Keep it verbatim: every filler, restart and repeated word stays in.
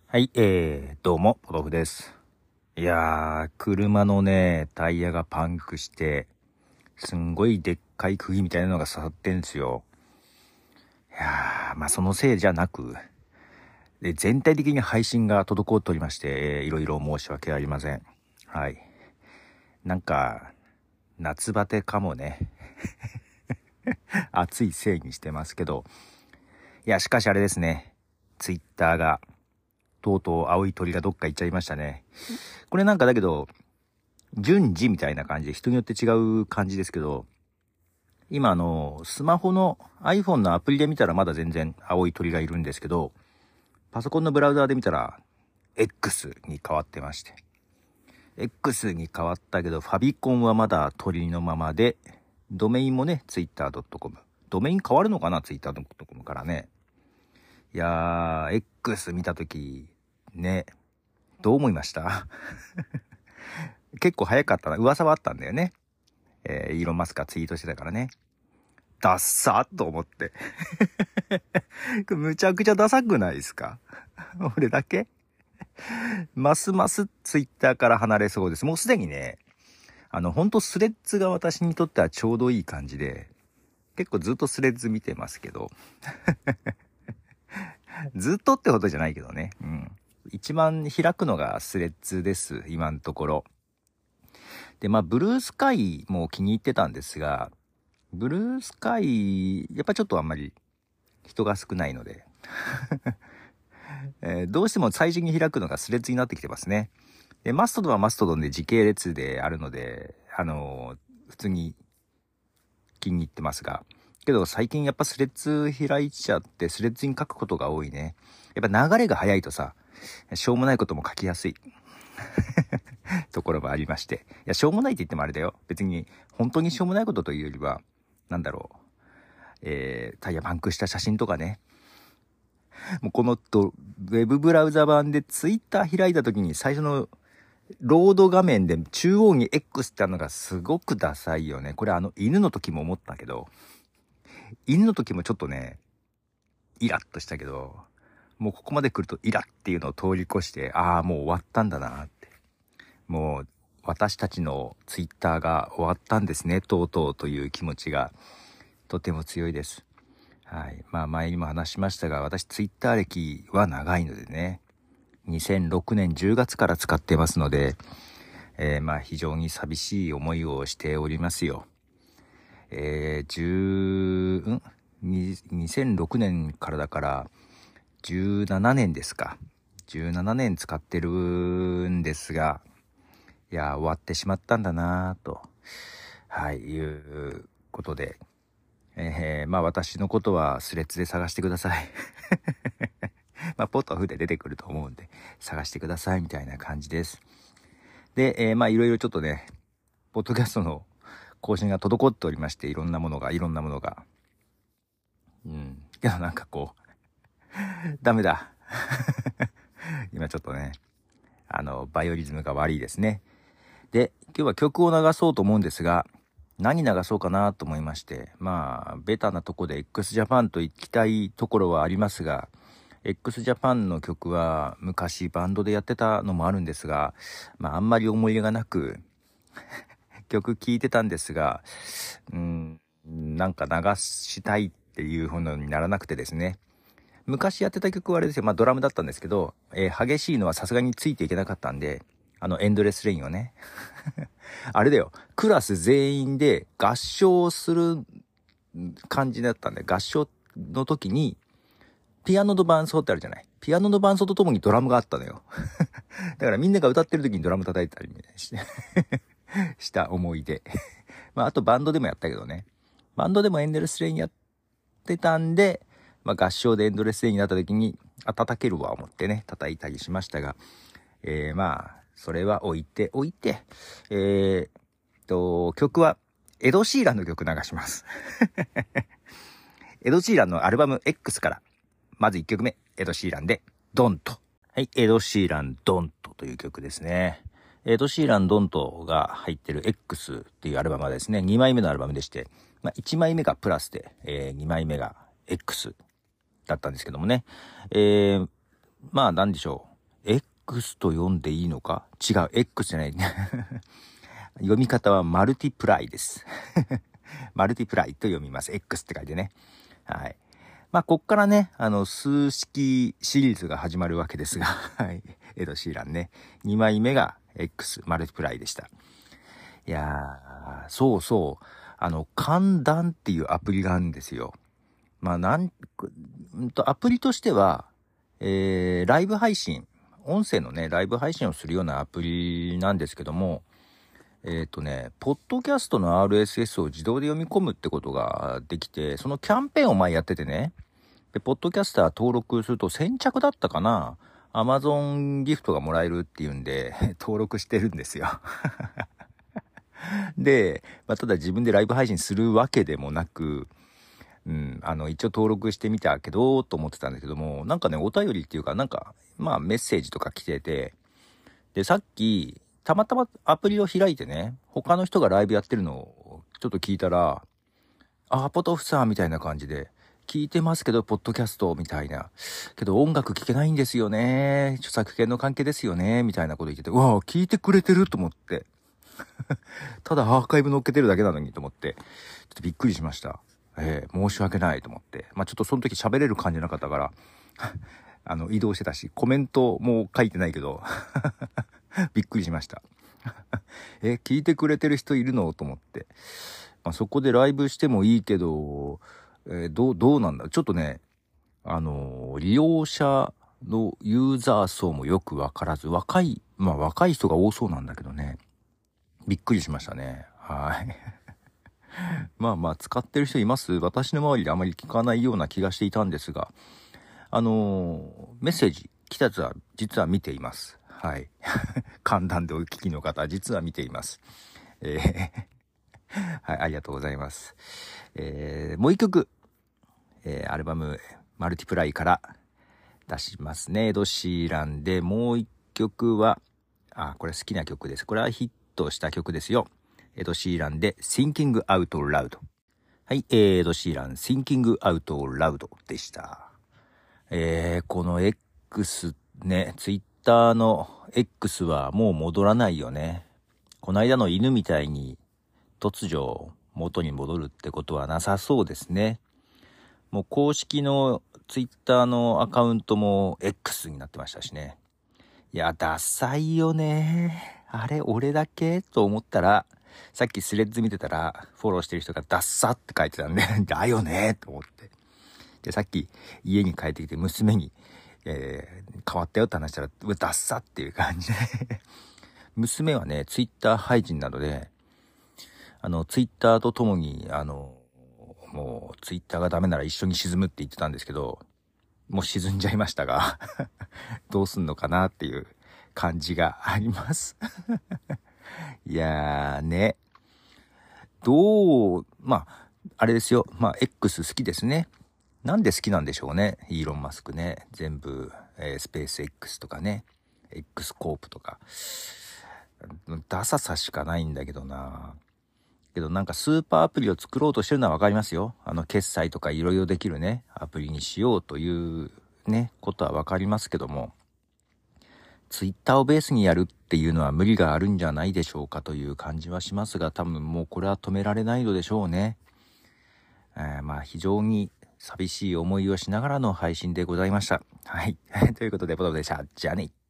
はい、えー、どうも、ポトフです。いやー、車のね、タイヤがパンクして、すんごいでっかい釘みたいなのが刺さってんすよ。いやー、まあそのせいじゃなく、で全体的に配信が滞っておりまして、えー、いろいろ申し訳ありません。はい。なんか、夏バテかもね。暑いせいにしてますけど。いや、しかしあれですね。ツイッターが、とうとう青い鳥がどっか行っちゃいましたね。これなんかだけど、順次みたいな感じで人によって違う感じですけど、今あの、スマホの iPhone のアプリで見たらまだ全然青い鳥がいるんですけど、パソコンのブラウザーで見たら X に変わってまして。X に変わったけど、ファビコンはまだ鳥のままで、ドメインもね、ツイッタードットコム。ドメイン変わるのかな ツイッタードットコム からね。いやー、X 見たとき、ね、どう思いました結構早かったな。噂はあったんだよね。えー、イーロンマスクがツイートしてたからね。ダッサーと思って。むちゃくちゃダサくないですか俺だけますますツイッターから離れそうです。もうすでにね、あの、ほんとスレッズが私にとってはちょうどいい感じで、結構ずっとスレッズ見てますけど、ずっとってことじゃないけどね。うん。一番開くのがスレッズです、今のところ。で、まあ、ブルースカイも気に入ってたんですが、ブルースカイ、やっぱちょっとあんまり人が少ないので、えー、どうしても最初に開くのがスレッズになってきてますね。で、マストドンはマストドンで時系列であるので、あのー、普通に気に入ってますが、けど最近やっぱスレッズ開いちゃってスレッズに書くことが多いね。やっぱ流れが早いとさ、しょうもないことも書きやすいところもありまして。いや、しょうもないって言ってもあれだよ。別に本当にしょうもないことというよりは、なんだろう。えー、タイヤパンクした写真とかね。もうこのと、ウェブブラウザ版でツイッター開いた時に最初のロード画面で中央に X ってあるのがすごくダサいよね。これあの犬の時も思ったけど、犬の時もちょっとね、イラッとしたけど、もうここまで来るとイラっていうのを通り越して、ああ、もう終わったんだなって。もう私たちのツイッターが終わったんですね、とうとうという気持ちがとても強いです。はい。まあ前にも話しましたが、私ツイッター歴は長いのでね、にせんろくねんじゅうがつから使ってますので、えー、まあ非常に寂しい思いをしておりますよ。えー、じゅう、んにせんろくねんからだからじゅうななねんですか。じゅうななねん使ってるんですが、いや、終わってしまったんだなぁと、はい、いうことで、えー、まあ私のことはスレッズで探してください。まあポトフで出てくると思うんで、探してくださいみたいな感じです。で、えー、まあいろいろちょっとね、ポッドキャストの更新が滞っておりまして、いろんなものが、いろんなものが。うん。けどなんかこう、ダメだ。今ちょっとね、あの、バイオリズムが悪いですね。で、今日は曲を流そうと思うんですが、何流そうかなと思いまして、まあ、ベタなとこで x ジャパンと行きたいところはありますが、x ジャパンの曲は昔バンドでやってたのもあるんですが、まあ、あんまり思い入れがなく、曲聴いてたんですが、うん、なんか流したいっていう風にならなくてですね。昔やってた曲はあれですよ、まあドラムだったんですけど、えー、激しいのはさすがについていけなかったんで、あのエンドレスレインをね。あれだよ、クラス全員で合唱する感じだったんで、合唱の時に、ピアノの伴奏ってあるじゃない。ピアノの伴奏とともにドラムがあったのよ。だからみんなが歌ってる時にドラム叩いたりしてした思い出。まああとバンドでもやったけどね。バンドでもエンドレスレインやってたんで、まあ合唱でエンドレスレインになった時に、あ、叩けるわ思ってね、叩いたりしましたが、えー、まあ、それは置いておいて、えー、と、曲は、エド・シーランの曲流します。エド・シーランのアルバム X から、まずいっきょくめ、エド・シーランで、ドント。はい、エド・シーラン、ドントという曲ですね。エド・シーラン、ドントが入ってる X っていうアルバムはですね、にまいめのアルバムでして、まあ、いちまいめがプラスで、えー、にまいめが X だったんですけどもね。えー、まあ、なんでしょう。 X と読んでいいのか？違う、X じゃない。読み方はマルティプライです。マルティプライと読みます。X って書いてね。はい。まあ、こっからね、あの、数式シリーズが始まるわけですが、はい。エド・シーランね。にまいめが X、マルティプライでした。いやー、そうそう。あの、寒暖っていうアプリがあるんですよ。まあ、なん、んと、アプリとしては、えー、ライブ配信、音声のね、ライブ配信をするようなアプリなんですけども、えっとね、ポッドキャストの アールエスエス を自動で読み込むってことができて、そのキャンペーンを前やっててね、で、ポッドキャスター登録すると先着だったかな、アマゾンギフトがもらえるっていうんで、登録してるんですよ。で、まあ、ただ自分でライブ配信するわけでもなく、うん、あの、一応登録してみたけど、と思ってたんだけども、なんかね、お便りっていうか、なんか、まあ、メッセージとか来てて、で、さっき、たまたまアプリを開いてね、他の人がライブやってるのをちょっと聞いたら、あ、ポトフさんみたいな感じで、聞いてますけど、ポッドキャストみたいな。けど音楽聴けないんですよね。著作権の関係ですよね。みたいなこと言ってて、うわぁ、聞いてくれてると思って。ただアーカイブ乗っけてるだけなのにと思って、ちょっとびっくりしました。えー、申し訳ないと思って。まあちょっとその時喋れる感じなかったから、あの、移動してたし、コメントも書いてないけど、びっくりしました。え、聞いてくれてる人いるのと思って。まあ、そこでライブしてもいいけど、えー、どう、どうなんだちょっとね、あのー、利用者のユーザー層もよくわからず、若い、まあ若い人が多そうなんだけどね。びっくりしましたね。はい。まあまあ使ってる人います？私の周りであまり聞かないような気がしていたんですが、あのー、メッセージ来たやつは実は見ています。はい。寒暖でお聞きの方、実は見ています。えー、はい、ありがとうございます。えー、もう一曲、えー、アルバム、マルティプライから出しますね。エド・シーランで、もう一曲は、あ、これ好きな曲です。これはヒットした曲ですよ。エド・シーランで、Thinking Out Loud。はい、エド・シーラン、Thinking Out Loud でした。えー、この X ね、ツイッターの X はもう戻らないよね。この間の犬みたいに突如元に戻るってことはなさそうですね。もう公式のツイッターのアカウントも X になってましたしね。いや、ダサいよね。あれ、俺だけと思ったら、さっきスレッズ見てたら、フォローしてる人がダッサって書いてたんで、だよねと思って。で、さっき家に帰ってきて娘に、えー、変わったよって話したら、うわ、ダッサっていう感じで。娘はね、ツイッター廃人なので、あの、ツイッターとともに、あの、もう、ツイッターがダメなら一緒に沈むって言ってたんですけど、もう沈んじゃいましたが、どうすんのかなっていう感じがあります。いやーね、どう、まあ、あれですよ、まあ、X 好きですね。なんで好きなんでしょうね、イーロン・マスクね。全部、えー、スペース X とかね、X コープとか。ダサさしかないんだけどな。けどなんかスーパーアプリを作ろうとしてるのはわかりますよ。あの決済とかいろいろできるね、アプリにしようというね、ことはわかりますけども、ツイッターをベースにやるっていうのは無理があるんじゃないでしょうかという感じはしますが、多分もうこれは止められないのでしょうね。えー、まあ非常に寂しい思いをしながらの配信でございました。はい。ということで、ポトフでした。じゃあね。